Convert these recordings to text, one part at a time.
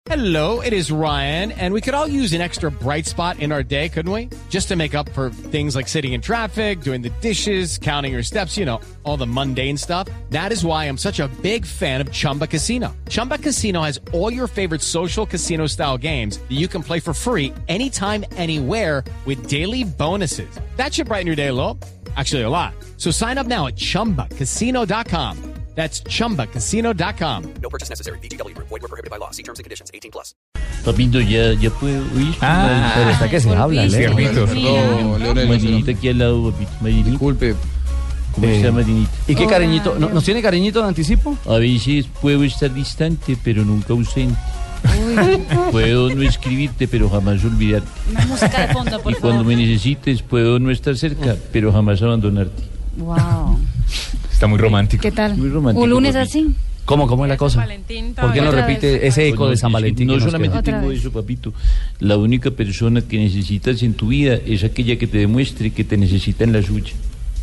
Hello, it is Ryan, and we could all use an extra bright spot in our day, couldn't we? Just to make up for things like sitting in traffic, doing the dishes, counting your steps, you know, all the mundane stuff. That is why I'm such a big fan of Chumba Casino. Chumba Casino has all your favorite social casino-style games that you can play for free anytime, anywhere with daily bonuses. That should brighten your day a little. Actually, a lot. So sign up now at ChumbaCasino.com. That's ChumbaCasino.com. No purchase necessary. VGW Group. Void where prohibited by law. See terms and conditions. 18+. Papito, ya puedo oír. Pero está que se habla, Leo. Marinita aquí al lado, papito. Marinita. Disculpe. ¿Cómo está, Marinita? ¿Y qué cariñito? ¿Nos tiene cariñito de anticipo? A veces puedo estar distante, pero nunca ausente. Puedo no escribirte, pero jamás olvidarte. Una música de fondo, por Y cuando me necesites, puedo no estar cerca, pero jamás abandonarte. Wow. Está muy romántico. ¿Qué tal? Muy romántico, ¿Un lunes papito. así? ¿Cómo es la cosa? ¿Por qué no Otra repite vez. ese eco de San Valentín? No que nos solamente queda? Otra tengo vez. eso, papito. La única persona que necesitas en tu vida es aquella que te demuestre que te necesita en la suya.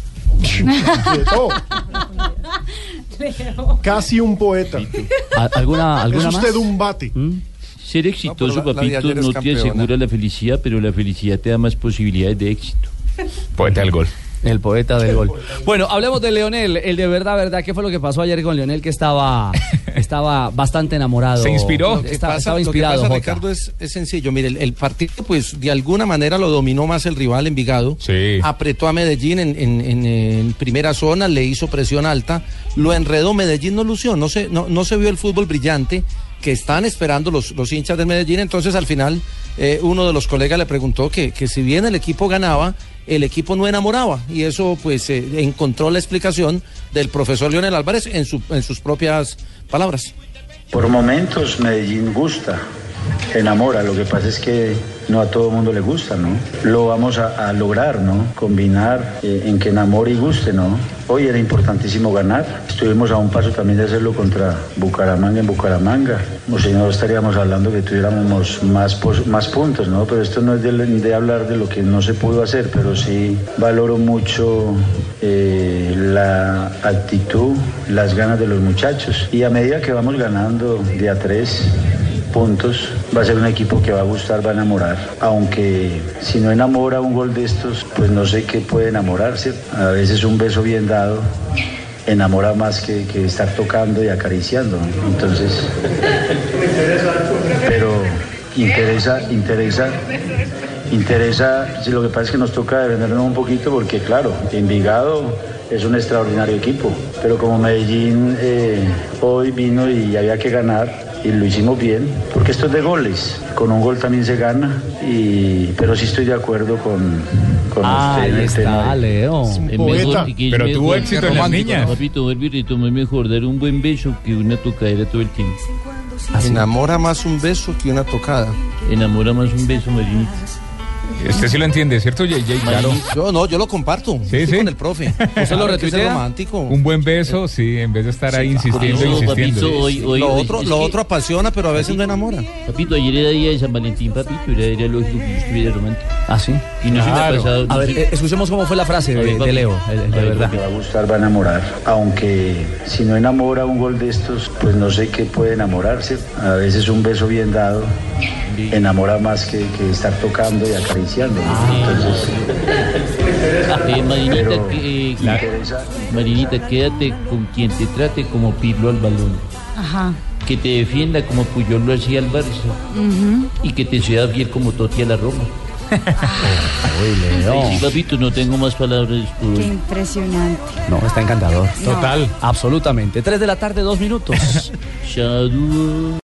Casi un poeta. ¿Alguna Es más? usted un bate. Ser exitoso, pero la de papito, ayer es no te campeona. asegura la felicidad, pero la felicidad te da más posibilidades de éxito. Poeta del gol. El poeta del gol. Bueno, hablemos de Leonel, el de verdad. ¿Qué fue lo que pasó ayer con Leonel? Que estaba bastante enamorado. ¿Se inspiró? Lo que Estaba pasa, inspirado, Jota. Ricardo, es sencillo. Mire, el partido, pues, de alguna manera lo dominó más el rival Envigado. Sí. Apretó a Medellín en primera zona, le hizo presión alta, lo enredó. Medellín no lució, no se vio el fútbol brillante que están esperando los hinchas del Medellín. Entonces, al final, uno de los colegas le preguntó que si bien el equipo ganaba, el equipo no enamoraba, y eso pues encontró la explicación del profesor Leonel Álvarez en sus propias palabras. Por momentos Medellín gusta, enamora, lo que pasa es que no a todo el mundo le gusta, ¿no? Lo vamos a lograr, ¿no? Combinar en que enamore y guste, ¿no? Hoy era importantísimo ganar, estuvimos a un paso también de hacerlo contra Bucaramanga en Bucaramanga, o si no estaríamos hablando que tuviéramos más puntos, ¿no? Pero esto no es de hablar de lo que no se pudo hacer, pero sí valoro mucho la actitud, las ganas de los muchachos, y a medida que vamos ganando de a 3 puntos, va a ser un equipo que va a gustar, va a enamorar, aunque si no enamora un gol de estos, pues no sé qué puede enamorarse. A veces un beso bien dado enamora más que estar tocando y acariciando, ¿no? Entonces, pero interesa, si lo que pasa es que nos toca defendernos un poquito, porque claro, Envigado es un extraordinario equipo, pero como Medellín hoy vino y había que ganar, y lo hicimos bien, porque esto es de goles, con un gol también se gana, pero sí estoy de acuerdo con usted en Ahí el tema está, de... Leo. Es poeta. Pero tuvo éxito en las niñas. Papito, vuelve y retoma, es mejor dar un buen beso que una tocadera todo el tiempo. Enamora más un beso que una tocada. Enamora más un beso, Marinita. Usted sí lo entiende, ¿cierto, JJ? Claro. Yo lo comparto. Sí, Estoy sí. con el profe. ¿Usted lo Claro que es retuitea? romántico. Un buen beso, sí, en vez de estar ahí insistiendo, No, insistiendo. papito, hoy, Lo otro apasiona, pero a veces no enamora. Papito, ayer era día de San Valentín, papito, era lógico que yo estuviera romántico. ¿Ah, sí? Y no se me ha Claro. pasado. A ver, escuchemos cómo fue la frase de Leo, el de verdad. Que va a gustar, va a enamorar, aunque si no enamora un gol de estos, pues no sé qué puede enamorarse. A veces un beso bien dado enamora más que estar tocando y acariciando, ¿no? Entonces, Marinita, pero interesa. Marinita, quédate con quien te trate como Pirlo al balón. Ajá. Que te defienda como Puyol lo hacía al Barça. Y que te sea fiel como Totti a la Roma. Uy, Leo. Sí, papito, no tengo más palabras por Qué hoy. impresionante. No, está encantador. Total. Absolutamente. 3 de la tarde, 2 minutos. Shadow.